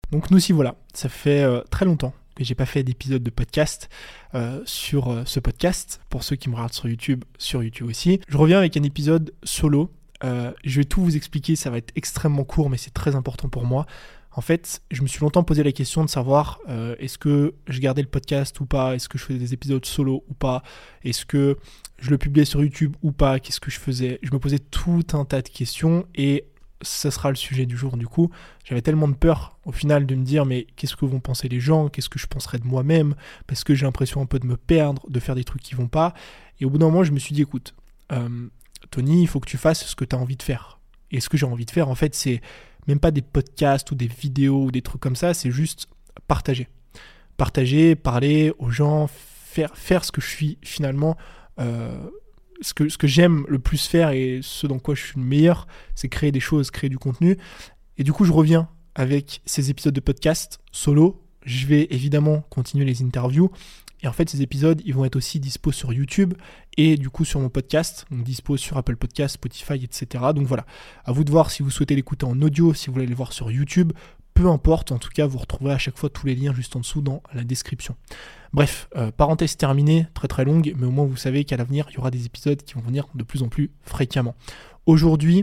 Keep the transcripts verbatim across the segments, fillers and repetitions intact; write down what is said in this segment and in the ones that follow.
Donc nous aussi voilà, ça fait euh, très longtemps que j'ai pas fait d'épisode de podcast euh, sur euh, ce podcast, pour ceux qui me regardent sur YouTube, sur YouTube aussi. Je reviens avec un épisode solo, euh, je vais tout vous expliquer, ça va être extrêmement court mais c'est très important pour moi. En fait, je me suis longtemps posé la question de savoir euh, est-ce que je gardais le podcast ou pas, est-ce que je faisais des épisodes solo ou pas, est-ce que je le publiais sur YouTube ou pas, qu'est-ce que je faisais. Je me posais tout un tas de questions et ça sera le sujet du jour du coup. J'avais tellement de peur au final de me dire mais qu'est-ce que vont penser les gens, qu'est-ce que je penserais de moi-même, parce que j'ai l'impression un peu de me perdre, de faire des trucs qui vont pas. Et au bout d'un moment, je me suis dit écoute, euh, Tony, il faut que tu fasses ce que tu as envie de faire. Et ce que j'ai envie de faire en fait, c'est même pas des podcasts ou des vidéos ou des trucs comme ça, c'est juste partager. Partager, parler aux gens, faire, faire ce que je suis finalement, euh, ce que, ce que j'aime le plus faire et ce dans quoi je suis le meilleur, c'est créer des choses, créer du contenu. Et du coup, je reviens avec ces épisodes de podcast solo. Je vais évidemment continuer les interviews. Et en fait, ces épisodes, ils vont être aussi dispo sur YouTube et du coup sur mon podcast, donc dispo sur Apple Podcasts, Spotify, et cetera. Donc voilà, à vous de voir si vous souhaitez l'écouter en audio, si vous voulez le voir sur YouTube, peu importe, en tout cas, vous retrouverez à chaque fois tous les liens juste en dessous dans la description. Bref, euh, parenthèse terminée, très très longue, mais au moins vous savez qu'à l'avenir, il y aura des épisodes qui vont venir de plus en plus fréquemment. Aujourd'hui,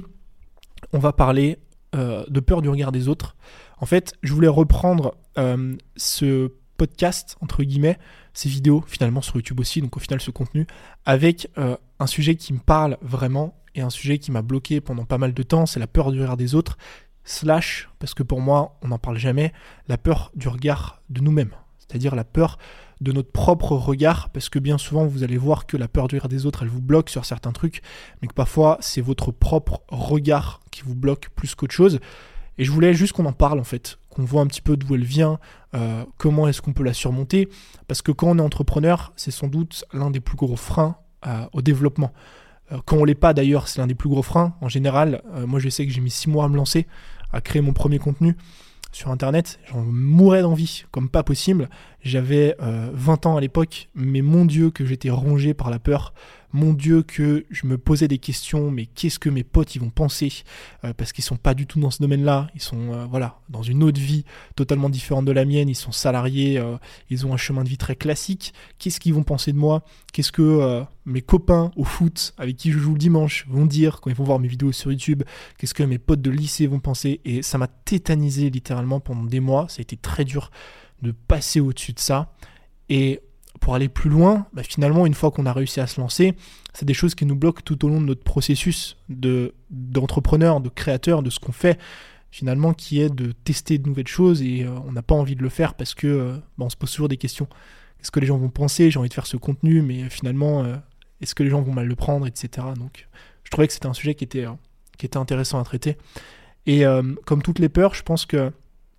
on va parler euh, de peur du regard des autres. En fait, je voulais reprendre euh, ce podcast, entre guillemets, ces vidéos finalement sur YouTube aussi, donc au final ce contenu, avec euh, un sujet qui me parle vraiment et un sujet qui m'a bloqué pendant pas mal de temps, c'est la peur du regard des autres, slash, parce que pour moi, on n'en parle jamais, la peur du regard de nous-mêmes, c'est-à-dire la peur de notre propre regard, parce que bien souvent vous allez voir que la peur du regard des autres, elle vous bloque sur certains trucs, mais que parfois c'est votre propre regard qui vous bloque plus qu'autre chose. Et je voulais juste qu'on en parle en fait, qu'on voit un petit peu d'où elle vient, euh, comment est-ce qu'on peut la surmonter, parce que quand on est entrepreneur, c'est sans doute l'un des plus gros freins euh, au développement. Euh, quand on l'est pas d'ailleurs, c'est l'un des plus gros freins. En général, euh, moi je sais que j'ai mis six mois à me lancer, à créer mon premier contenu sur internet, j'en mourais d'envie, comme pas possible. J'avais euh, vingt ans à l'époque, mais mon Dieu que j'étais rongé par la peur, mon Dieu que je me posais des questions, mais qu'est-ce que mes potes ils vont penser, euh, parce qu'ils sont pas du tout dans ce domaine-là, ils sont euh, voilà dans une autre vie totalement différente de la mienne, ils sont salariés, euh, ils ont un chemin de vie très classique, qu'est-ce qu'ils vont penser de moi, qu'est-ce que euh, mes copains au foot avec qui je joue le dimanche vont dire quand ils vont voir mes vidéos sur YouTube, qu'est-ce que mes potes de lycée vont penser, et ça m'a tétanisé littéralement pendant des mois, ça a été très dur de passer au-dessus de ça. Et pour aller plus loin, bah finalement, une fois qu'on a réussi à se lancer, c'est des choses qui nous bloquent tout au long de notre processus de, d'entrepreneur, de créateur, de ce qu'on fait, finalement, qui est de tester de nouvelles choses, et euh, on n'a pas envie de le faire parce que euh, bah on se pose toujours des questions. Qu'est-ce que les gens vont penser ? J'ai envie de faire ce contenu, mais euh, finalement, euh, est-ce que les gens vont mal le prendre, et cetera. Donc, je trouvais que c'était un sujet qui était, euh, qui était intéressant à traiter. Et euh, comme toutes les peurs, je pense que,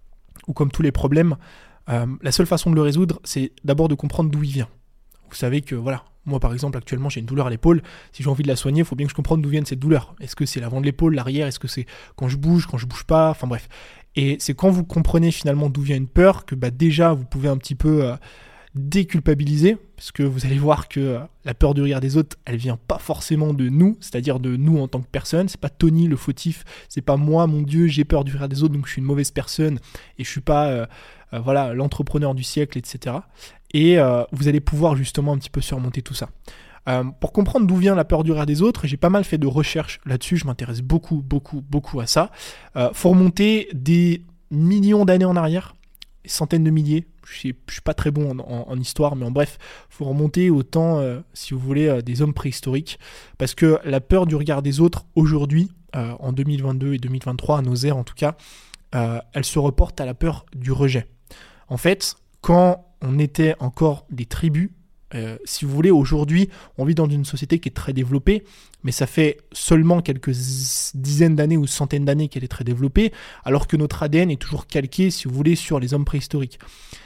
ou comme tous les problèmes, Euh, la seule façon de le résoudre, c'est d'abord de comprendre d'où il vient. Vous savez que, voilà, moi par exemple, actuellement, j'ai une douleur à l'épaule. Si j'ai envie de la soigner, il faut bien que je comprenne d'où vient cette douleur. Est-ce que c'est l'avant de l'épaule, l'arrière ? Est-ce que c'est quand je bouge, quand je bouge pas ? Enfin bref. Et c'est quand vous comprenez finalement d'où vient une peur que bah, déjà, vous pouvez un petit peu euh, déculpabiliser, parce que vous allez voir que euh, la peur du regard des autres, elle vient pas forcément de nous, c'est-à-dire de nous en tant que personne. C'est pas Tony le fautif, c'est pas moi, mon Dieu, j'ai peur du regard des autres, donc je suis une mauvaise personne et je suis pas... Euh, Euh, voilà, l'entrepreneur du siècle, et cetera. Et euh, vous allez pouvoir justement un petit peu surmonter tout ça. Euh, pour comprendre d'où vient la peur du regard des autres, j'ai pas mal fait de recherches là-dessus, je m'intéresse beaucoup, beaucoup, beaucoup à ça. Euh, faut remonter des millions d'années en arrière, des centaines de milliers, je suis, je suis pas très bon en, en, en histoire, mais en bref, faut remonter au temps, euh, si vous voulez, euh, des hommes préhistoriques, parce que la peur du regard des autres, aujourd'hui, euh, en deux mille vingt-deux et deux mille vingt-trois, à nos ères en tout cas, euh, elle se reporte à la peur du rejet. En fait, quand on était encore des tribus, euh, si vous voulez, aujourd'hui, on vit dans une société qui est très développée, mais ça fait seulement quelques dizaines d'années ou centaines d'années qu'elle est très développée, alors que notre A D N est toujours calqué, si vous voulez, sur les hommes préhistoriques.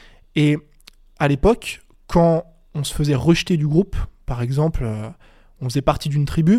Et à l'époque, quand on se faisait rejeter du groupe, par exemple, euh, on faisait partie d'une tribu,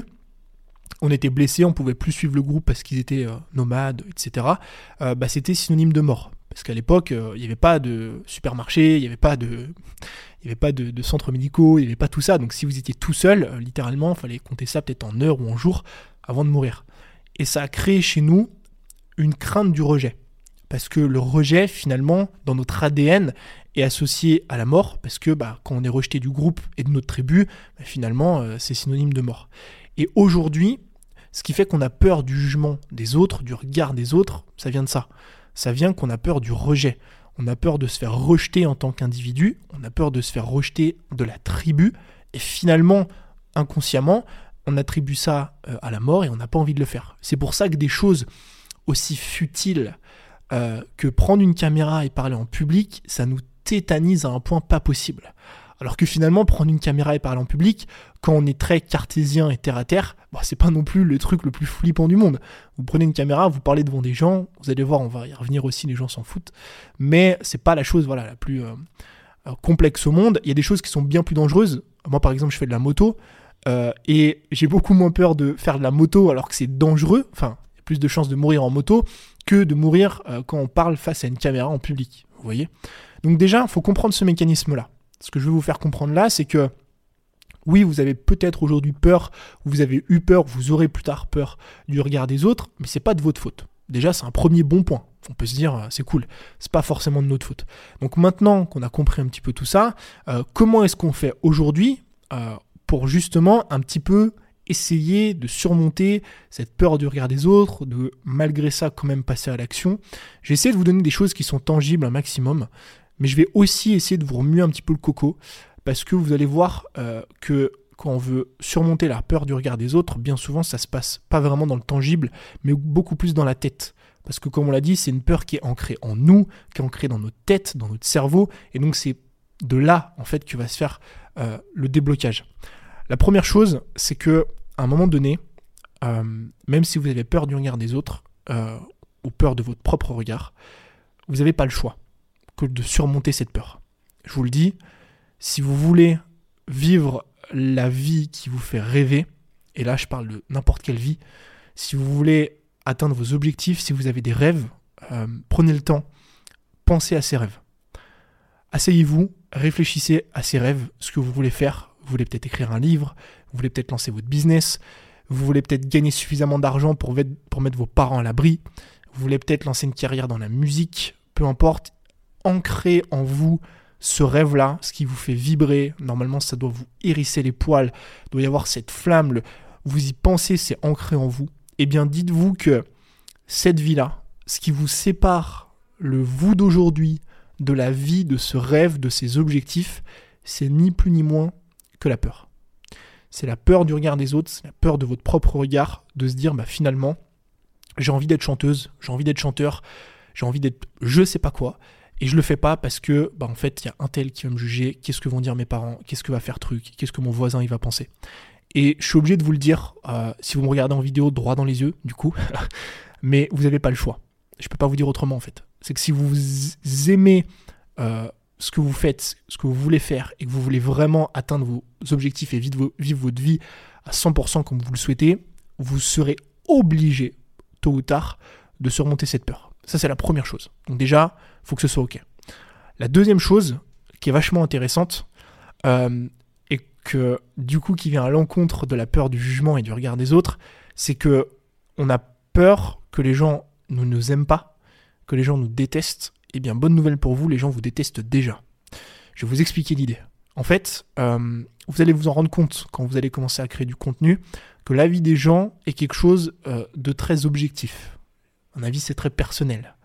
on était blessé, on ne pouvait plus suivre le groupe parce qu'ils étaient euh, nomades, et cetera, euh, bah, c'était synonyme de mort. Parce qu'à l'époque, il euh, n'y avait pas de supermarché, il n'y avait pas de, il y avait pas de, de centres médicaux, il n'y avait pas tout ça. Donc si vous étiez tout seul, euh, littéralement, il fallait compter ça peut-être en heures ou en jours avant de mourir. Et ça a créé chez nous une crainte du rejet. parce que le rejet, finalement, dans notre A D N, est associé à la mort, parce que bah, quand on est rejeté du groupe et de notre tribu, bah, finalement, euh, c'est synonyme de mort. Et aujourd'hui, ce qui fait qu'on a peur du jugement des autres, du regard des autres, ça vient de ça. Ça vient qu'on a peur du rejet. On a peur de se faire rejeter en tant qu'individu, on a peur de se faire rejeter de la tribu, et finalement, inconsciemment, on attribue ça euh, à la mort et on n'a pas envie de le faire. C'est pour ça que des choses aussi futiles euh, que prendre une caméra et parler en public, ça nous tétanise à un point pas possible. Alors que finalement, prendre une caméra et parler en public, quand on est très cartésien et terre à terre, bah, c'est pas non plus le truc le plus flippant du monde. Vous prenez une caméra, vous parlez devant des gens, vous allez voir, on va y revenir aussi, les gens s'en foutent, mais c'est pas la chose voilà, la plus euh, euh, complexe au monde. Il y a des choses qui sont bien plus dangereuses. Moi, par exemple, je fais de la moto, euh, et j'ai beaucoup moins peur de faire de la moto alors que c'est dangereux, enfin, il y a plus de chances de mourir en moto que de mourir euh, quand on parle face à une caméra en public, vous voyez. Donc déjà, il faut comprendre ce mécanisme-là. Ce que je veux vous faire comprendre là, c'est que oui, vous avez peut-être aujourd'hui peur, vous avez eu peur, vous aurez plus tard peur du regard des autres, mais c'est pas de votre faute. Déjà, c'est un premier bon point. On peut se dire, c'est cool, c'est pas forcément de notre faute. Donc maintenant qu'on a compris un petit peu tout ça, euh, comment est-ce qu'on fait aujourd'hui euh, pour justement un petit peu essayer de surmonter cette peur du regard des autres, de malgré ça quand même passer à l'action. J'ai essayé de vous donner des choses qui sont tangibles un maximum, mais je vais aussi essayer de vous remuer un petit peu le coco, parce que vous allez voir euh, que quand on veut surmonter la peur du regard des autres, bien souvent ça se passe pas vraiment dans le tangible, mais beaucoup plus dans la tête. Parce que comme on l'a dit, c'est une peur qui est ancrée en nous, qui est ancrée dans notre tête, dans notre cerveau, et donc c'est de là en fait que va se faire euh, le déblocage. La première chose, c'est que à un moment donné, euh, même si vous avez peur du regard des autres, euh, ou peur de votre propre regard, vous n'avez pas le choix que de surmonter cette peur. Je vous le dis, si vous voulez vivre la vie qui vous fait rêver, et là je parle de n'importe quelle vie, si vous voulez atteindre vos objectifs, si vous avez des rêves, euh, prenez le temps, pensez à ces rêves. Asseyez-vous, réfléchissez à ces rêves, ce que vous voulez faire. Vous voulez peut-être écrire un livre, vous voulez peut-être lancer votre business, vous voulez peut-être gagner suffisamment d'argent pour, pour mettre vos parents à l'abri, vous voulez peut-être lancer une carrière dans la musique, peu importe, ancrez en vous ce rêve-là, ce qui vous fait vibrer. Normalement, ça doit vous hérisser les poils, il doit y avoir cette flamme, le, vous y pensez, c'est ancré en vous. Eh bien, dites-vous que cette vie-là, ce qui vous sépare, le vous d'aujourd'hui, de la vie, de ce rêve, de ces objectifs, c'est ni plus ni moins que la peur. C'est la peur du regard des autres, c'est la peur de votre propre regard, de se dire, bah finalement, j'ai envie d'être chanteuse, j'ai envie d'être chanteur, j'ai envie d'être je sais pas quoi, et je le fais pas parce que, bah en fait, il y a un tel qui va me juger, qu'est-ce que vont dire mes parents, qu'est-ce que va faire truc, qu'est-ce que mon voisin il va penser. Et je suis obligé de vous le dire, euh, si vous me regardez en vidéo droit dans les yeux, du coup, mais vous n'avez pas le choix. Je peux pas vous dire autrement en fait. C'est que si vous aimez euh, ce que vous faites, ce que vous voulez faire, et que vous voulez vraiment atteindre vos objectifs et vivre, vivre votre vie à cent pour cent comme vous le souhaitez, vous serez obligé, tôt ou tard, de surmonter cette peur. Ça, c'est la première chose. Donc déjà, il faut que ce soit OK. La deuxième chose, qui est vachement intéressante, euh, et que, du coup, qui vient à l'encontre de la peur du jugement et du regard des autres, c'est que on a peur que les gens ne nous aiment pas, que les gens nous détestent. Eh bien, bonne nouvelle pour vous, les gens vous détestent déjà. Je vais vous expliquer l'idée. En fait, euh, vous allez vous en rendre compte quand vous allez commencer à créer du contenu que l'avis des gens est quelque chose euh, de très objectif. Un avis, c'est très personnel.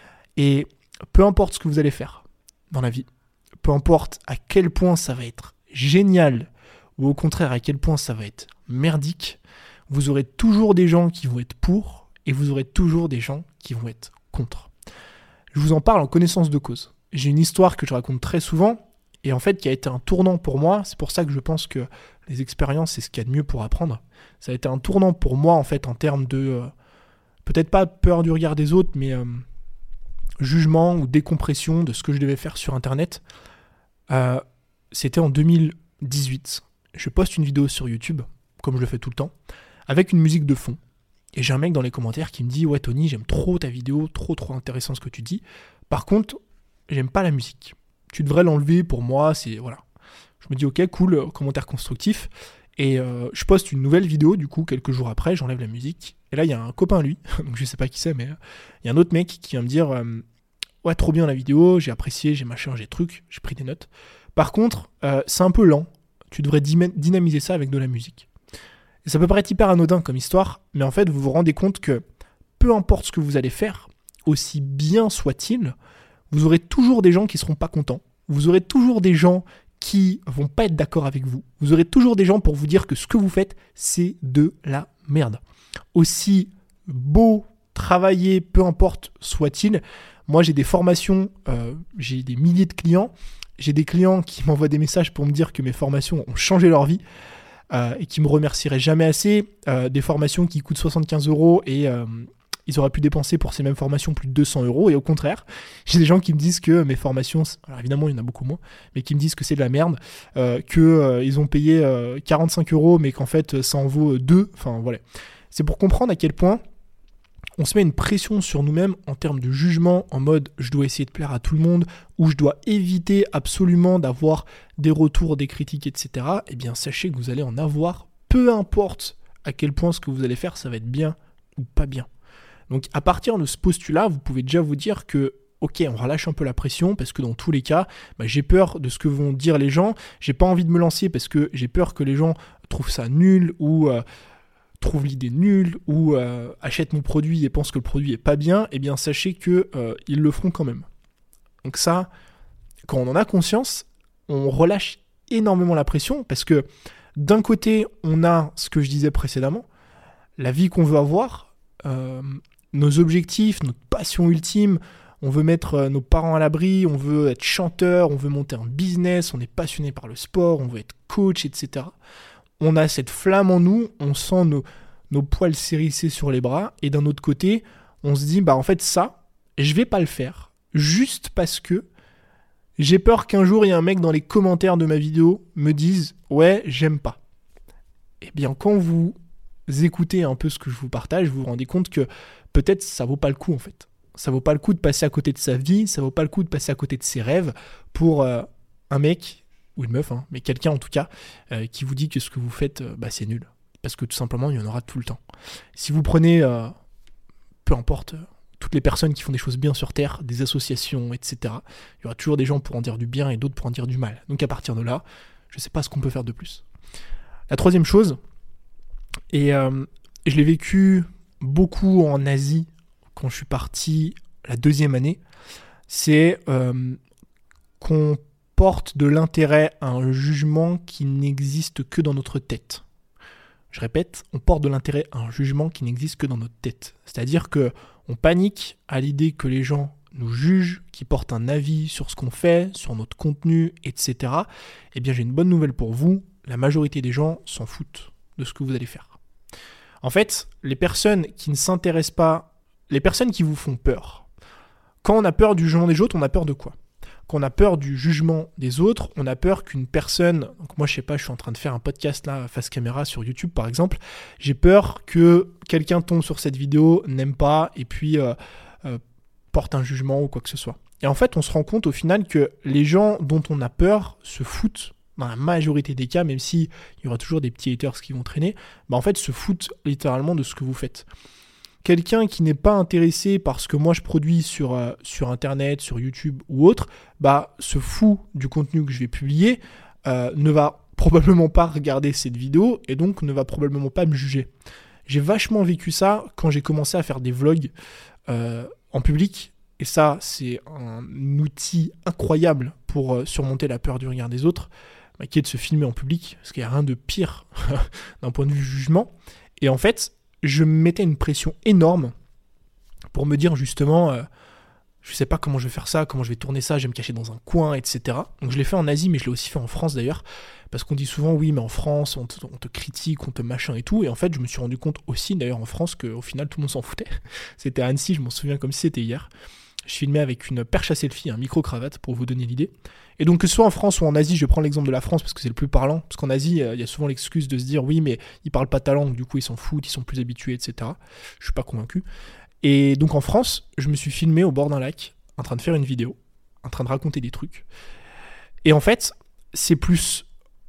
Et peu importe ce que vous allez faire dans la vie, peu importe à quel point ça va être génial ou au contraire à quel point ça va être merdique, vous aurez toujours des gens qui vont être pour et vous aurez toujours des gens qui vont être contre. Je vous en parle en connaissance de cause. J'ai une histoire que je raconte très souvent et en fait qui a été un tournant pour moi. C'est pour ça que je pense que les expériences, c'est ce qu'il y a de mieux pour apprendre. Ça a été un tournant pour moi en fait en termes de, euh, peut-être pas peur du regard des autres, mais euh, jugement ou décompression de ce que je devais faire sur Internet. Euh, c'était en deux mille dix-huit. Je poste une vidéo sur YouTube, comme je le fais tout le temps, avec une musique de fond. Et j'ai un mec dans les commentaires qui me dit « Ouais Tony, j'aime trop ta vidéo, trop trop intéressant ce que tu dis. Par contre, j'aime pas la musique. Tu devrais l'enlever pour moi, c'est... voilà. » Je me dis « Ok, cool, commentaire constructif. » Et euh, je poste une nouvelle vidéo, du coup, quelques jours après, j'enlève la musique. Et là, il y a un copain, lui, donc je sais pas qui c'est, mais il y a un autre mec qui vient me dire euh, ouais, trop bien la vidéo, j'ai apprécié, j'ai machin, j'ai truc, j'ai pris des notes. Par contre, euh, c'est un peu lent. Tu devrais dynamiser ça avec de la musique. Et ça peut paraître hyper anodin comme histoire, mais en fait, vous vous rendez compte que peu importe ce que vous allez faire, aussi bien soit-il, vous aurez toujours des gens qui ne seront pas contents. Vous aurez toujours des gens qui vont pas être d'accord avec vous. Vous aurez toujours des gens pour vous dire que ce que vous faites, c'est de la merde. Aussi beau, travaillé, peu importe soit-il, moi j'ai des formations, euh, j'ai des milliers de clients, j'ai des clients qui m'envoient des messages pour me dire que mes formations ont changé leur vie euh, et qui me remercieraient jamais assez, euh, des formations qui coûtent soixante-quinze euros et euh, ils auraient pu dépenser pour ces mêmes formations plus de deux cents euros, et au contraire, j'ai des gens qui me disent que mes formations, alors évidemment il y en a beaucoup moins, mais qui me disent que c'est de la merde, euh, qu'ils euh, ont payé euh, quarante-cinq euros, mais qu'en fait ça en vaut deux, enfin voilà. C'est pour comprendre à quel point on se met une pression sur nous-mêmes en termes de jugement, en mode je dois essayer de plaire à tout le monde, ou je dois éviter absolument d'avoir des retours, des critiques, et cetera. Eh bien sachez que vous allez en avoir, peu importe à quel point ce que vous allez faire, ça va être bien ou pas bien. Donc à partir de ce postulat, vous pouvez déjà vous dire que ok, on relâche un peu la pression parce que dans tous les cas, bah, j'ai peur de ce que vont dire les gens, j'ai pas envie de me lancer parce que j'ai peur que les gens trouvent ça nul ou euh, trouvent l'idée nulle ou euh, achètent mon produit et pensent que le produit est pas bien. Eh bien sachez qu'ils euh, le feront quand même. Donc ça, quand on en a conscience, on relâche énormément la pression parce que d'un côté, on a ce que je disais précédemment, la vie qu'on veut avoir, euh, nos objectifs, notre passion ultime, on veut mettre nos parents à l'abri, on veut être chanteur, on veut monter un business, on est passionné par le sport, on veut être coach, et cetera. On a cette flamme en nous, on sent nos, nos poils s'hérisser sur les bras, et d'un autre côté, on se dit, bah en fait ça, je vais pas le faire, juste parce que j'ai peur qu'un jour, il y ait un mec dans les commentaires de ma vidéo me dise, ouais, j'aime pas. Eh bien, quand vous écoutez un peu ce que je vous partage, vous vous rendez compte que peut-être ça vaut pas le coup en fait. Ça vaut pas le coup de passer à côté de sa vie, ça vaut pas le coup de passer à côté de ses rêves pour euh, un mec, ou une meuf, hein, mais quelqu'un en tout cas, euh, qui vous dit que ce que vous faites, euh, bah, c'est nul. Parce que tout simplement, il y en aura tout le temps. Si vous prenez, euh, peu importe, euh, toutes les personnes qui font des choses bien sur Terre, des associations, et cetera, il y aura toujours des gens pour en dire du bien et d'autres pour en dire du mal. Donc à partir de là, je sais pas ce qu'on peut faire de plus. La troisième chose, et euh, je l'ai vécu beaucoup en Asie quand je suis parti la deuxième année, c'est euh, qu'on porte de l'intérêt à un jugement qui n'existe que dans notre tête. Je répète, on porte de l'intérêt à un jugement qui n'existe que dans notre tête. C'est-à-dire qu'on panique à l'idée que les gens nous jugent, qui portent un avis sur ce qu'on fait, sur notre contenu, et cetera. Eh bien, j'ai une bonne nouvelle pour vous, la majorité des gens s'en foutent de ce que vous allez faire. En fait, les personnes qui ne s'intéressent pas, les personnes qui vous font peur, quand on a peur du jugement des autres, on a peur de quoi ? Quand on a peur du jugement des autres, on a peur qu'une personne, donc moi je sais pas, je suis en train de faire un podcast là, face caméra sur YouTube par exemple, j'ai peur que quelqu'un tombe sur cette vidéo, n'aime pas, et puis euh, euh, porte un jugement ou quoi que ce soit. Et en fait, on se rend compte au final que les gens dont on a peur se foutent, dans la majorité des cas, même s'il y aura toujours des petits haters qui vont traîner, bah en fait se foutent littéralement de ce que vous faites. Quelqu'un qui n'est pas intéressé par ce que moi je produis sur, euh, sur Internet, sur YouTube ou autre, bah se fout du contenu que je vais publier, euh, ne va probablement pas regarder cette vidéo et donc ne va probablement pas me juger. J'ai vachement vécu ça quand j'ai commencé à faire des vlogs euh, en public. Et ça, c'est un outil incroyable pour euh, surmonter la peur du regard des autres, bah, qui est de se filmer en public, parce qu'il n'y a rien de pire d'un point de vue jugement. Et en fait, je me mettais une pression énorme pour me dire justement, euh, je sais pas comment je vais faire ça, comment je vais tourner ça, je vais me cacher dans un coin, et cetera. Donc je l'ai fait en Asie, mais je l'ai aussi fait en France d'ailleurs, parce qu'on dit souvent, oui, mais en France, on te, on te critique, on te machin et tout. Et en fait, je me suis rendu compte aussi, d'ailleurs en France, qu'au final, tout le monde s'en foutait. C'était à Annecy, je m'en souviens comme si c'était hier. Je filmais avec une perche à selfie, un micro-cravate, pour vous donner l'idée. Et donc, que ce soit en France ou en Asie, je prends l'exemple de la France parce que c'est le plus parlant. Parce qu'en Asie, il y a souvent l'excuse de se dire, oui, mais ils parlent pas ta langue, du coup, ils s'en foutent, ils sont plus habitués, et cetera. Je suis pas convaincu. Et donc, en France, je me suis filmé au bord d'un lac, en train de faire une vidéo, en train de raconter des trucs. Et en fait, c'est plus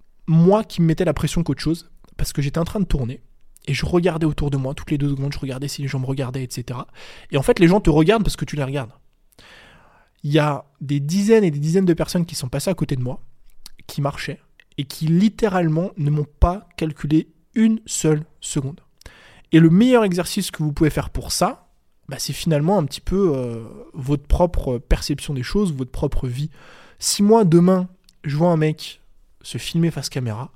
moi qui me mettais la pression qu'autre chose, parce que j'étais en train de tourner. Et je regardais autour de moi, toutes les deux secondes, je regardais si les gens me regardaient, et cetera. Et en fait, les gens te regardent parce que tu les regardes. il y a des dizaines et des dizaines de personnes qui sont passées à côté de moi, qui marchaient, et qui littéralement ne m'ont pas calculé une seule seconde. Et le meilleur exercice que vous pouvez faire pour ça, bah, c'est finalement un petit peu euh, votre propre perception des choses, votre propre vie. Si moi, demain, je vois un mec se filmer face caméra,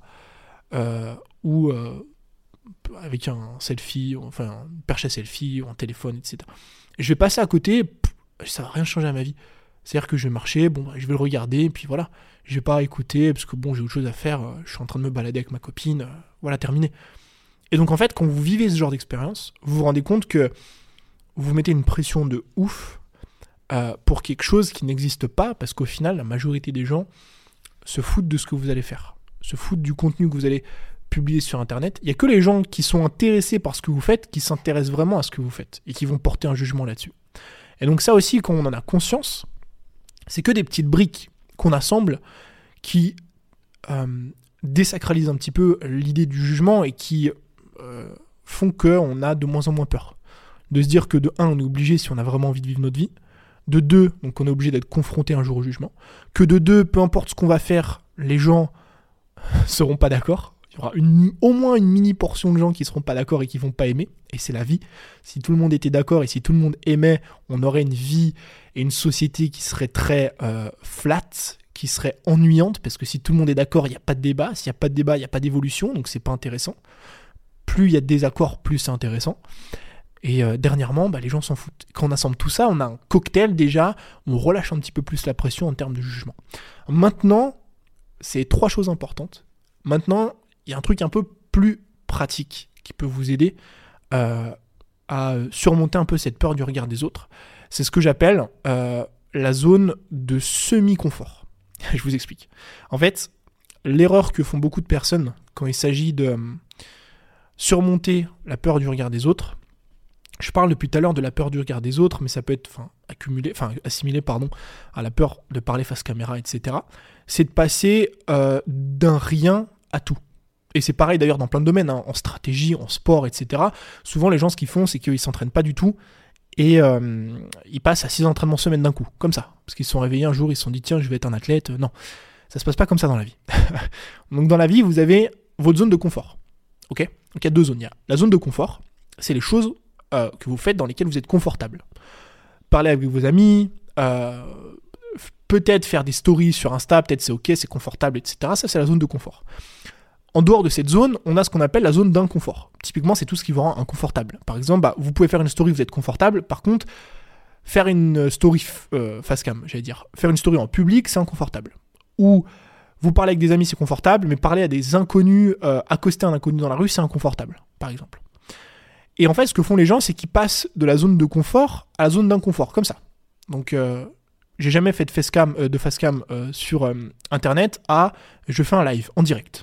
euh, ou euh, avec un selfie, enfin une perche à selfie, ou un téléphone, et cetera. Et je vais passer à côté, pff, ça va rien changer à ma vie. C'est-à-dire que je vais marcher, bon, je vais le regarder, et puis voilà. Je vais pas écouter, parce que bon, j'ai autre chose à faire, je suis en train de me balader avec ma copine, voilà, terminé. Et donc en fait, quand vous vivez ce genre d'expérience, vous vous rendez compte que vous mettez une pression de ouf euh, pour quelque chose qui n'existe pas, parce qu'au final, la majorité des gens se foutent de ce que vous allez faire, se foutent du contenu que vous allez publier sur Internet. Il n'y a que les gens qui sont intéressés par ce que vous faites, qui s'intéressent vraiment à ce que vous faites, et qui vont porter un jugement là-dessus. Et donc ça aussi, quand on en a conscience, c'est que des petites briques qu'on assemble qui euh, désacralisent un petit peu l'idée du jugement et qui euh, font qu'on a de moins en moins peur. De se dire que de un, on est obligé si on a vraiment envie de vivre notre vie. De deux, donc on est obligé d'être confronté un jour au jugement. Que de deux, peu importe ce qu'on va faire, les gens seront pas d'accord. Il y aura une, au moins une mini portion de gens qui seront pas d'accord et qui vont pas aimer. Et c'est la vie. Si tout le monde était d'accord et si tout le monde aimait, on aurait une vie et une société qui serait très euh, flat, qui serait ennuyante, parce que si tout le monde est d'accord, il n'y a pas de débat. S'il n'y a pas de débat, il n'y a pas d'évolution, donc c'est pas intéressant. Plus il y a de désaccords, plus c'est intéressant. Et euh, dernièrement, bah, les gens s'en foutent. Quand on assemble tout ça, on a un cocktail déjà, on relâche un petit peu plus la pression en termes de jugement. Maintenant, c'est trois choses importantes. Maintenant, il y a un truc un peu plus pratique qui peut vous aider euh, à surmonter un peu cette peur du regard des autres. C'est ce que j'appelle euh, la zone de semi-confort. Je vous explique. En fait, l'erreur que font beaucoup de personnes quand il s'agit de euh, surmonter la peur du regard des autres, je parle depuis tout à l'heure de la peur du regard des autres, mais ça peut être enfin, accumulé, enfin, assimilé pardon, à la peur de parler face caméra, et cetera. C'est de passer euh, d'un rien à tout. Et c'est pareil d'ailleurs dans plein de domaines, hein, en stratégie, en sport, et cetera. Souvent, les gens, ce qu'ils font, c'est qu'ils ne s'entraînent pas du tout et euh, ils passent à six entraînements semaine d'un coup, comme ça. Parce qu'ils se sont réveillés un jour, ils se sont dit, tiens, je vais être un athlète. Non, ça ne se passe pas comme ça dans la vie. Donc dans la vie, vous avez votre zone de confort. Ok ? Donc il y a deux zones. Il y a la zone de confort, c'est les choses euh, que vous faites dans lesquelles vous êtes confortable. Parler avec vos amis, euh, peut-être faire des stories sur Insta, peut-être c'est ok, c'est confortable, et cetera. Ça, c'est la zone de confort. En dehors de cette zone, on a ce qu'on appelle la zone d'inconfort. Typiquement, c'est tout ce qui vous rend inconfortable. Par exemple, bah, vous pouvez faire une story, vous êtes confortable. Par contre, faire une story euh, face cam, j'allais dire, faire une story en public, c'est inconfortable. Ou vous parlez avec des amis, c'est confortable, mais parler à des inconnus, euh, accoster un inconnu dans la rue, c'est inconfortable, par exemple. Et en fait, ce que font les gens, c'est qu'ils passent de la zone de confort à la zone d'inconfort, comme ça. Donc, euh, j'ai jamais fait de facecam, euh, de facecam euh, sur euh, Internet à je fais un live en direct.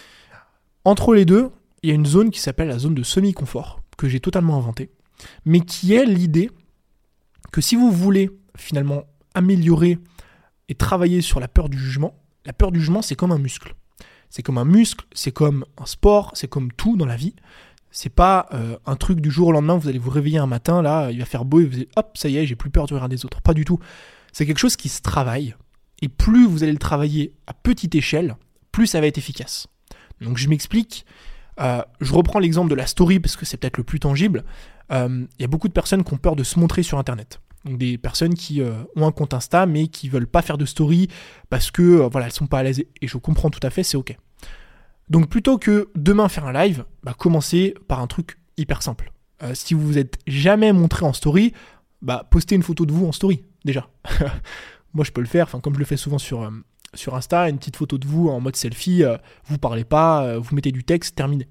Entre les deux, il y a une zone qui s'appelle la zone de semi-confort, que j'ai totalement inventée, mais qui est l'idée que si vous voulez finalement améliorer et travailler sur la peur du jugement, la peur du jugement, c'est comme un muscle. C'est comme un muscle, c'est comme un sport, c'est comme tout dans la vie. C'est pas euh, un truc du jour au lendemain, vous allez vous réveiller un matin, là, il va faire beau et vous allez, hop, ça y est, j'ai plus peur du regard des autres. Pas du tout. C'est quelque chose qui se travaille. Et plus vous allez le travailler à petite échelle, plus ça va être efficace. Donc je m'explique, euh, je reprends l'exemple de la story parce que c'est peut-être le plus tangible. Il euh, y a beaucoup de personnes qui ont peur de se montrer sur Internet. Donc des personnes qui euh, ont un compte Insta mais qui veulent pas faire de story parce que euh, voilà, elles sont pas à l'aise et je comprends tout à fait, c'est ok. Donc plutôt que demain faire un live, bah, commencez par un truc hyper simple. Euh, si vous vous êtes jamais montré en story, bah, postez une photo de vous en story déjà. Moi je peux le faire, enfin comme je le fais souvent sur... Euh, sur Insta, une petite photo de vous en mode selfie, euh, vous parlez pas, euh, vous mettez du texte, terminé.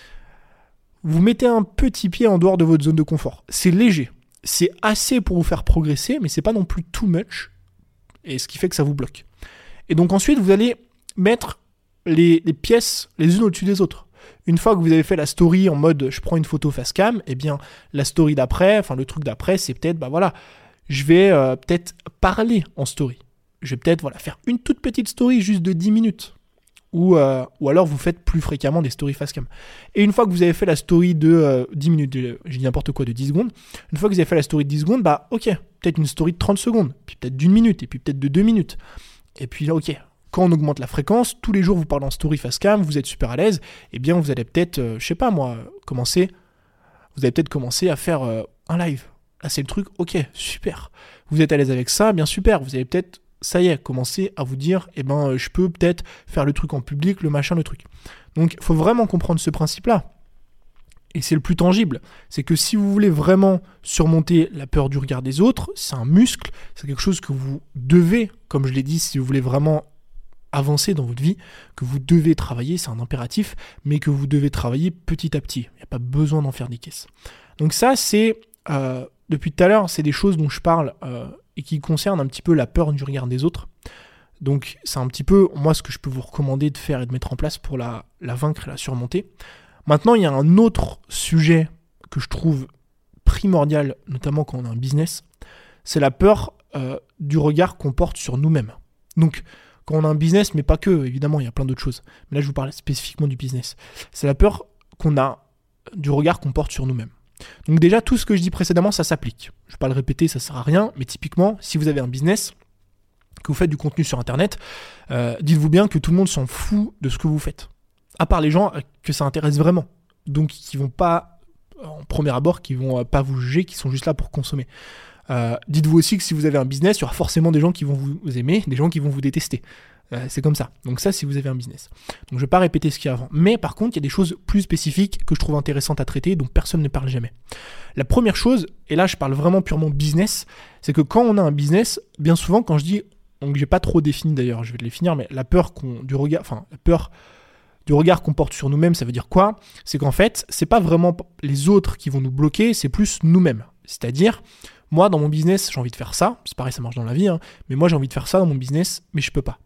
Vous mettez un petit pied en dehors de votre zone de confort. C'est léger, c'est assez pour vous faire progresser, mais c'est pas non plus too much, et ce qui fait que ça vous bloque. Et donc ensuite, vous allez mettre les, les pièces les unes au-dessus des autres. Une fois que vous avez fait la story en mode je prends une photo face cam, eh bien la story d'après, enfin le truc d'après, c'est peut-être, bah voilà, je vais euh, peut-être parler en story. Je vais peut-être voilà, faire une toute petite story juste de dix minutes ou, euh, ou alors vous faites plus fréquemment des stories face cam. Et une fois que vous avez fait la story de euh, dix minutes, de, je dis n'importe quoi, de dix secondes, une fois que vous avez fait la story de dix secondes, bah ok, peut-être une story de trente secondes, puis peut-être d'une minute, et puis peut-être de deux minutes. Et puis là, ok, quand on augmente la fréquence, tous les jours vous parlez en story face cam, vous êtes super à l'aise, et bien vous allez peut-être, euh, je sais pas moi, commencer, vous allez peut-être commencer à faire euh, un live. Là c'est le truc, ok, super. Vous êtes à l'aise avec ça, bien super, vous allez peut-être, ça y est, commencer à vous dire, eh ben, euh, je peux peut-être faire le truc en public, le machin, le truc. Donc, il faut vraiment comprendre ce principe-là. Et c'est le plus tangible. C'est que si vous voulez vraiment surmonter la peur du regard des autres, c'est un muscle, c'est quelque chose que vous devez, comme je l'ai dit, si vous voulez vraiment avancer dans votre vie, que vous devez travailler, c'est un impératif, mais que vous devez travailler petit à petit. Il n'y a pas besoin d'en faire des caisses. Donc ça, c'est, euh, depuis tout à l'heure, c'est des choses dont je parle euh, et qui concernent un petit peu la peur du regard des autres. Donc c'est un petit peu, moi, ce que je peux vous recommander de faire et de mettre en place pour la, la vaincre et la surmonter. Maintenant, il y a un autre sujet que je trouve primordial, notamment quand on a un business, c'est la peur euh, du regard qu'on porte sur nous-mêmes. Donc, quand on a un business, mais pas que, évidemment, il y a plein d'autres choses. Mais là, je vous parle spécifiquement du business. C'est la peur qu'on a du regard qu'on porte sur nous-mêmes. Donc déjà, tout ce que je dis précédemment, ça s'applique. Je ne vais pas le répéter, ça ne sert à rien, mais typiquement, si vous avez un business, que vous faites du contenu sur Internet, euh, dites-vous bien que tout le monde s'en fout de ce que vous faites. À part les gens que ça intéresse vraiment. Donc, qui vont pas, en premier abord, qui vont pas vous juger, qui sont juste là pour consommer. Euh, dites-vous aussi que si vous avez un business, il y aura forcément des gens qui vont vous aimer, des gens qui vont vous détester. Euh, c'est comme ça. Donc ça, si vous avez un business. Donc je ne vais pas répéter ce qu'il y a avant. Mais par contre, il y a des choses plus spécifiques que je trouve intéressantes à traiter, dont personne ne parle jamais. La première chose, et là je parle vraiment purement business, c'est que quand on a un business, bien souvent quand je dis, donc j'ai pas trop défini d'ailleurs, je vais les finir, mais la peur qu'on, du regard, enfin la peur du regard qu'on porte sur nous-mêmes, ça veut dire quoi ? C'est qu'en fait, c'est pas vraiment les autres qui vont nous bloquer, c'est plus nous-mêmes. C'est-à-dire, moi dans mon business, j'ai envie de faire ça, c'est pareil, ça marche dans la vie, hein, mais moi j'ai envie de faire ça dans mon business, mais je peux pas.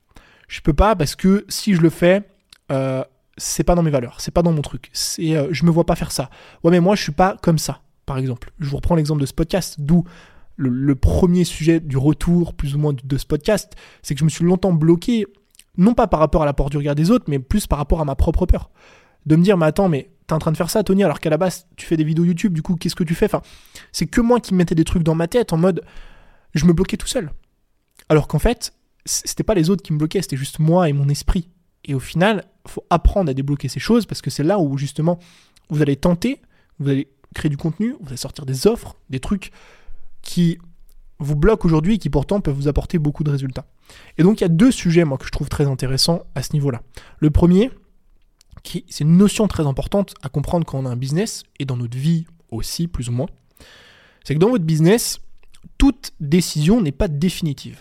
Je peux pas parce que si je le fais, euh, c'est pas dans mes valeurs, c'est pas dans mon truc. C'est, euh, je me vois pas faire ça. Ouais, mais moi je suis pas comme ça, par exemple. Je vous reprends l'exemple de ce podcast, d'où le, le premier sujet du retour, plus ou moins, de ce podcast, c'est que je me suis longtemps bloqué, non pas par rapport à la peur du regard des autres, mais plus par rapport à ma propre peur. De me dire, mais attends, mais t'es en train de faire ça, Tony, alors qu'à la base, tu fais des vidéos YouTube, du coup, qu'est-ce que tu fais ? Enfin, c'est que moi qui me mettais des trucs dans ma tête en mode, je me bloquais tout seul. Alors qu'en fait, c'était pas les autres qui me bloquaient, c'était juste moi et mon esprit. Et au final, il faut apprendre à débloquer ces choses parce que c'est là où justement vous allez tenter, vous allez créer du contenu, vous allez sortir des offres, des trucs qui vous bloquent aujourd'hui et qui pourtant peuvent vous apporter beaucoup de résultats. Et donc il y a deux sujets moi que je trouve très intéressants à ce niveau-là. Le premier, qui, c'est une notion très importante à comprendre quand on a un business et dans notre vie aussi plus ou moins, c'est que dans votre business, toute décision n'est pas définitive.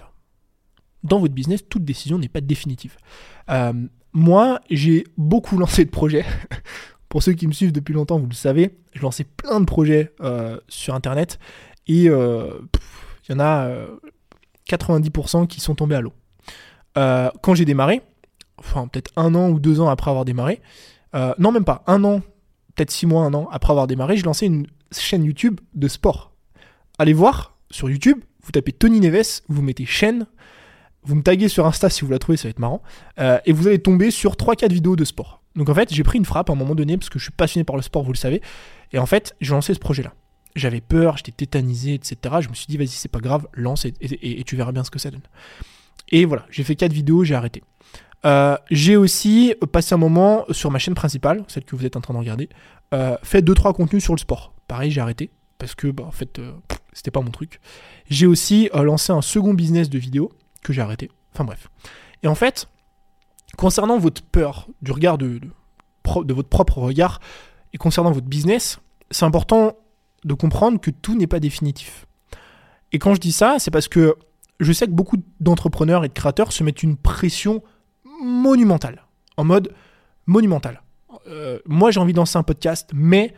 Dans votre business, toute décision n'est pas définitive. Euh, moi, j'ai beaucoup lancé de projets. Pour ceux qui me suivent depuis longtemps, vous le savez, j'ai lancé plein de projets euh, sur Internet et il euh, y en a euh, quatre-vingt-dix pour cent qui sont tombés à l'eau. Euh, quand j'ai démarré, enfin peut-être un an ou deux ans après avoir démarré, euh, non même pas, un an, peut-être six mois, un an après avoir démarré, j'ai lancé une chaîne YouTube de sport. Allez voir sur YouTube, vous tapez Tony Neves, vous mettez chaîne, vous me taguez sur Insta si vous la trouvez, ça va être marrant, euh, et vous allez tomber sur trois quatre vidéos de sport. Donc en fait, j'ai pris une frappe à un moment donné, parce que je suis passionné par le sport, vous le savez, et en fait, j'ai lancé ce projet-là. J'avais peur, j'étais tétanisé, et cetera. Je me suis dit, vas-y, c'est pas grave, lance et, et, et tu verras bien ce que ça donne. Et voilà, j'ai fait quatre vidéos, j'ai arrêté. Euh, j'ai aussi passé un moment sur ma chaîne principale, celle que vous êtes en train de regarder, euh, fait deux trois contenus sur le sport. Pareil, j'ai arrêté, parce que bah, en fait, euh, c'était pas mon truc. J'ai aussi euh, lancé un second business de vidéos, que j'ai arrêté. Enfin bref. Et en fait, concernant votre peur du regard de, de, de votre propre regard et concernant votre business, c'est important de comprendre que tout n'est pas définitif. Et quand je dis ça, c'est parce que je sais que beaucoup d'entrepreneurs et de créateurs se mettent une pression monumentale. En mode monumental. Euh, moi, j'ai envie de lancer un podcast, mais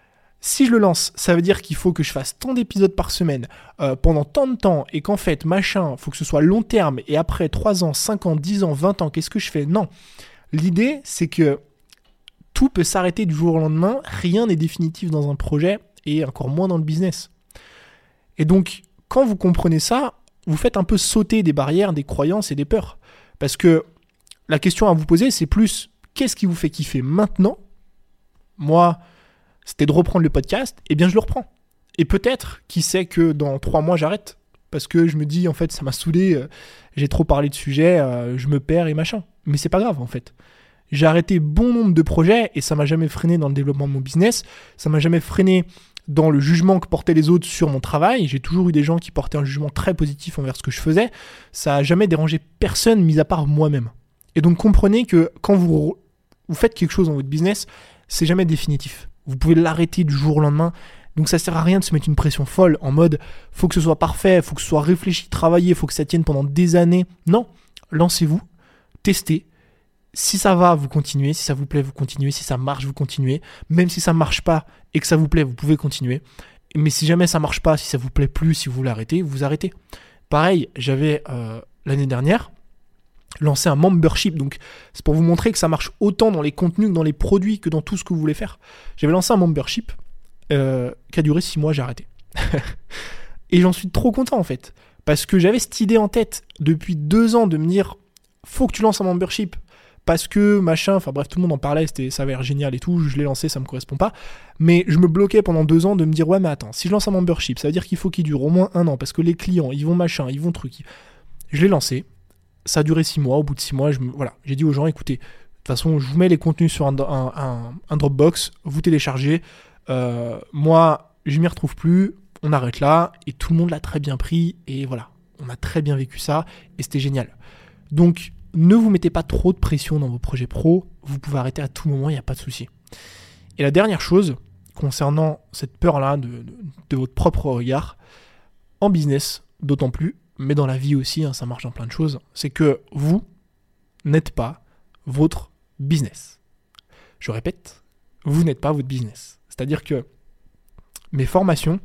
si je le lance, ça veut dire qu'il faut que je fasse tant d'épisodes par semaine euh, pendant tant de temps et qu'en fait, machin, il faut que ce soit long terme et après trois ans, cinq ans, dix ans, vingt ans, qu'est-ce que je fais ? Non. L'idée, c'est que tout peut s'arrêter du jour au lendemain. Rien n'est définitif dans un projet et encore moins dans le business. Et donc, quand vous comprenez ça, vous faites un peu sauter des barrières, des croyances et des peurs. Parce que la question à vous poser, c'est plus qu'est-ce qui vous fait kiffer maintenant ? Moi, c'était de reprendre le podcast, et bien je le reprends. Et peut-être, qui sait que dans trois mois, j'arrête. Parce que je me dis, en fait, ça m'a saoulé, euh, j'ai trop parlé de sujets, euh, je me perds et machin. Mais c'est pas grave, en fait. J'ai arrêté bon nombre de projets et ça m'a jamais freiné dans le développement de mon business. Ça m'a jamais freiné dans le jugement que portaient les autres sur mon travail. J'ai toujours eu des gens qui portaient un jugement très positif envers ce que je faisais. Ça a jamais dérangé personne, mis à part moi-même. Et donc, comprenez que quand vous, vous faites quelque chose dans votre business, c'est jamais définitif. Vous pouvez l'arrêter du jour au lendemain. Donc ça sert à rien de se mettre une pression folle en mode faut que ce soit parfait, faut que ce soit réfléchi, travaillé, faut que ça tienne pendant des années. Non, lancez-vous, testez. Si ça va, vous continuez. Si ça vous plaît, vous continuez. Si ça marche, vous continuez. Même si ça marche pas et que ça vous plaît, vous pouvez continuer. Mais si jamais ça marche pas, si ça vous plaît plus, si vous voulez arrêter, vous arrêtez. Pareil, j'avais euh, l'année dernière lancé un membership. Donc c'est pour vous montrer que ça marche autant dans les contenus que dans les produits que dans tout ce que vous voulez faire. J'avais lancé un membership. Euh, qui a duré six mois, j'ai arrêté. Et j'en suis trop content en fait. Parce que j'avais cette idée en tête depuis deux ans de me dire faut que tu lances un membership. Parce que machin, enfin bref, tout le monde en parlait, c'était, ça avait l'air génial et tout. Je l'ai lancé, ça me correspond pas. Mais je me bloquais pendant deux ans de me dire ouais, mais attends, si je lance un membership, ça veut dire qu'il faut qu'il dure au moins un an. Parce que les clients, ils vont machin, ils vont truc. Je l'ai lancé. Ça a duré six mois. Au bout de six mois, je me, voilà, j'ai dit aux gens écoutez, de toute façon, je vous mets les contenus sur un, un, un, un Dropbox, vous téléchargez. Euh, moi, je m'y retrouve plus, on arrête là, et tout le monde l'a très bien pris, et voilà, on a très bien vécu ça, et c'était génial. Donc, ne vous mettez pas trop de pression dans vos projets pro, vous pouvez arrêter à tout moment, il n'y a pas de souci. Et la dernière chose, concernant cette peur-là de, de, de votre propre regard, en business, d'autant plus, mais dans la vie aussi, hein, ça marche dans plein de choses, c'est que vous n'êtes pas votre business. Je répète, vous n'êtes pas votre business. C'est-à-dire que mes formations,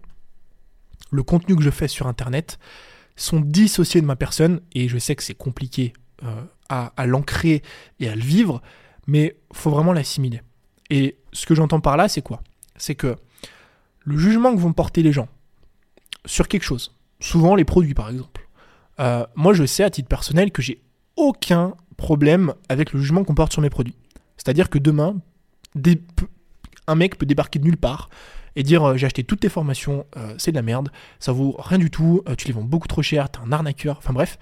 le contenu que je fais sur Internet, sont dissociés de ma personne, et je sais que c'est compliqué euh, à, à l'ancrer et à le vivre, mais il faut vraiment l'assimiler. Et ce que j'entends par là, c'est quoi ? C'est que le jugement que vont porter les gens sur quelque chose, souvent les produits par exemple, euh, moi je sais à titre personnel que j'ai aucun problème avec le jugement qu'on porte sur mes produits. C'est-à-dire que demain, des... un mec peut débarquer de nulle part et dire euh, j'ai acheté toutes tes formations, euh, c'est de la merde, ça vaut rien du tout, euh, tu les vends beaucoup trop cher, t'es un arnaqueur, enfin bref.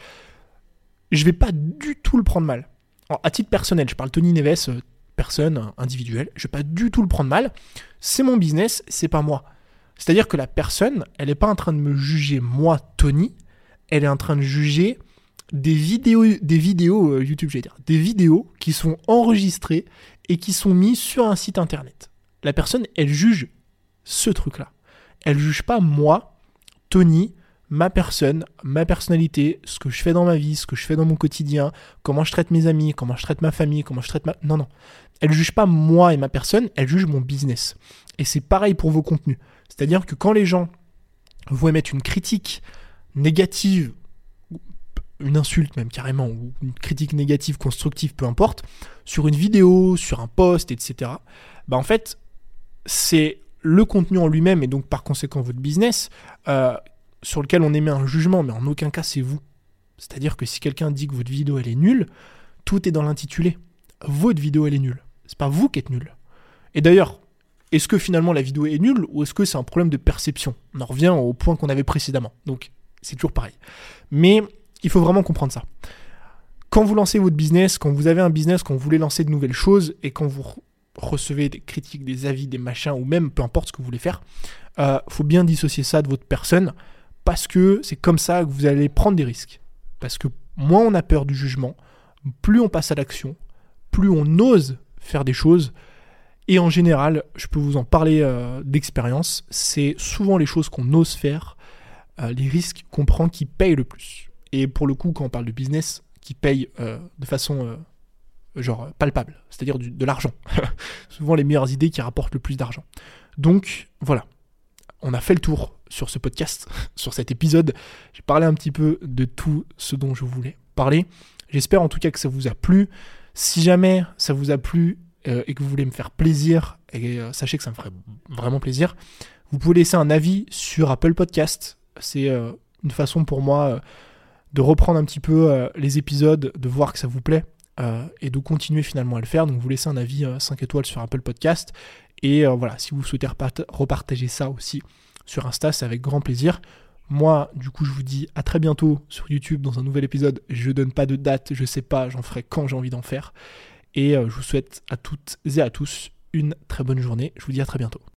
Je vais pas du tout le prendre mal. Alors, à titre personnel, je parle Tony Neves, euh, personne, individuelle, je vais pas du tout le prendre mal. C'est mon business, c'est pas moi. C'est-à-dire que la personne, elle est pas en train de me juger moi, Tony, elle est en train de juger des vidéos, des vidéos euh, YouTube, j'allais dire, des vidéos qui sont enregistrées et qui sont mises sur un site internet. La personne, elle juge ce truc-là. Elle juge pas moi, Tony, ma personne, ma personnalité, ce que je fais dans ma vie, ce que je fais dans mon quotidien, comment je traite mes amis, comment je traite ma famille, comment je traite ma... Non, non. Elle juge pas moi et ma personne, elle juge mon business. Et c'est pareil pour vos contenus. C'est-à-dire que quand les gens vont émettre une critique négative, une insulte même carrément, ou une critique négative, constructive, peu importe, sur une vidéo, sur un post, et cetera, bah en fait, c'est le contenu en lui-même et donc par conséquent votre business euh, sur lequel on émet un jugement, mais en aucun cas c'est vous. C'est-à-dire que si quelqu'un dit que votre vidéo elle est nulle, tout est dans l'intitulé. Votre vidéo elle est nulle. C'est pas vous qui êtes nul. Et d'ailleurs, est-ce que finalement la vidéo est nulle ou est-ce que c'est un problème de perception ? On en revient au point qu'on avait précédemment. Donc c'est toujours pareil. Mais il faut vraiment comprendre ça. Quand vous lancez votre business, quand vous avez un business, quand vous voulez lancer de nouvelles choses et quand vous recevez des critiques, des avis, des machins ou même peu importe ce que vous voulez faire, euh, faut bien dissocier ça de votre personne parce que c'est comme ça que vous allez prendre des risques. Parce que moins on a peur du jugement, plus on passe à l'action, plus on ose faire des choses. Et en général, je peux vous en parler euh, d'expérience, c'est souvent les choses qu'on ose faire, euh, les risques qu'on prend qui payent le plus. Et pour le coup, quand on parle de business, qui paye euh, de façon euh, genre palpable, c'est-à-dire du, de l'argent. Souvent les meilleures idées qui rapportent le plus d'argent. Donc voilà, on a fait le tour sur ce podcast, sur cet épisode. J'ai parlé un petit peu de tout ce dont je voulais parler. J'espère en tout cas que ça vous a plu. Si jamais ça vous a plu euh, et que vous voulez me faire plaisir, et euh, sachez que ça me ferait vraiment plaisir, vous pouvez laisser un avis sur Apple Podcast. C'est euh, une façon pour moi euh, de reprendre un petit peu euh, les épisodes, de voir que ça vous plaît. euh, et de continuer finalement à le faire. Donc vous laissez un avis euh, cinq étoiles sur Apple Podcast. Et euh, voilà, si vous souhaitez repart- repartager ça aussi sur Insta, c'est avec grand plaisir. Moi, du coup, je vous dis à très bientôt sur YouTube dans un nouvel épisode. Je donne pas de date, je sais pas, j'en ferai quand j'ai envie d'en faire. Et euh, je vous souhaite à toutes et à tous une très bonne journée. Je vous dis à très bientôt.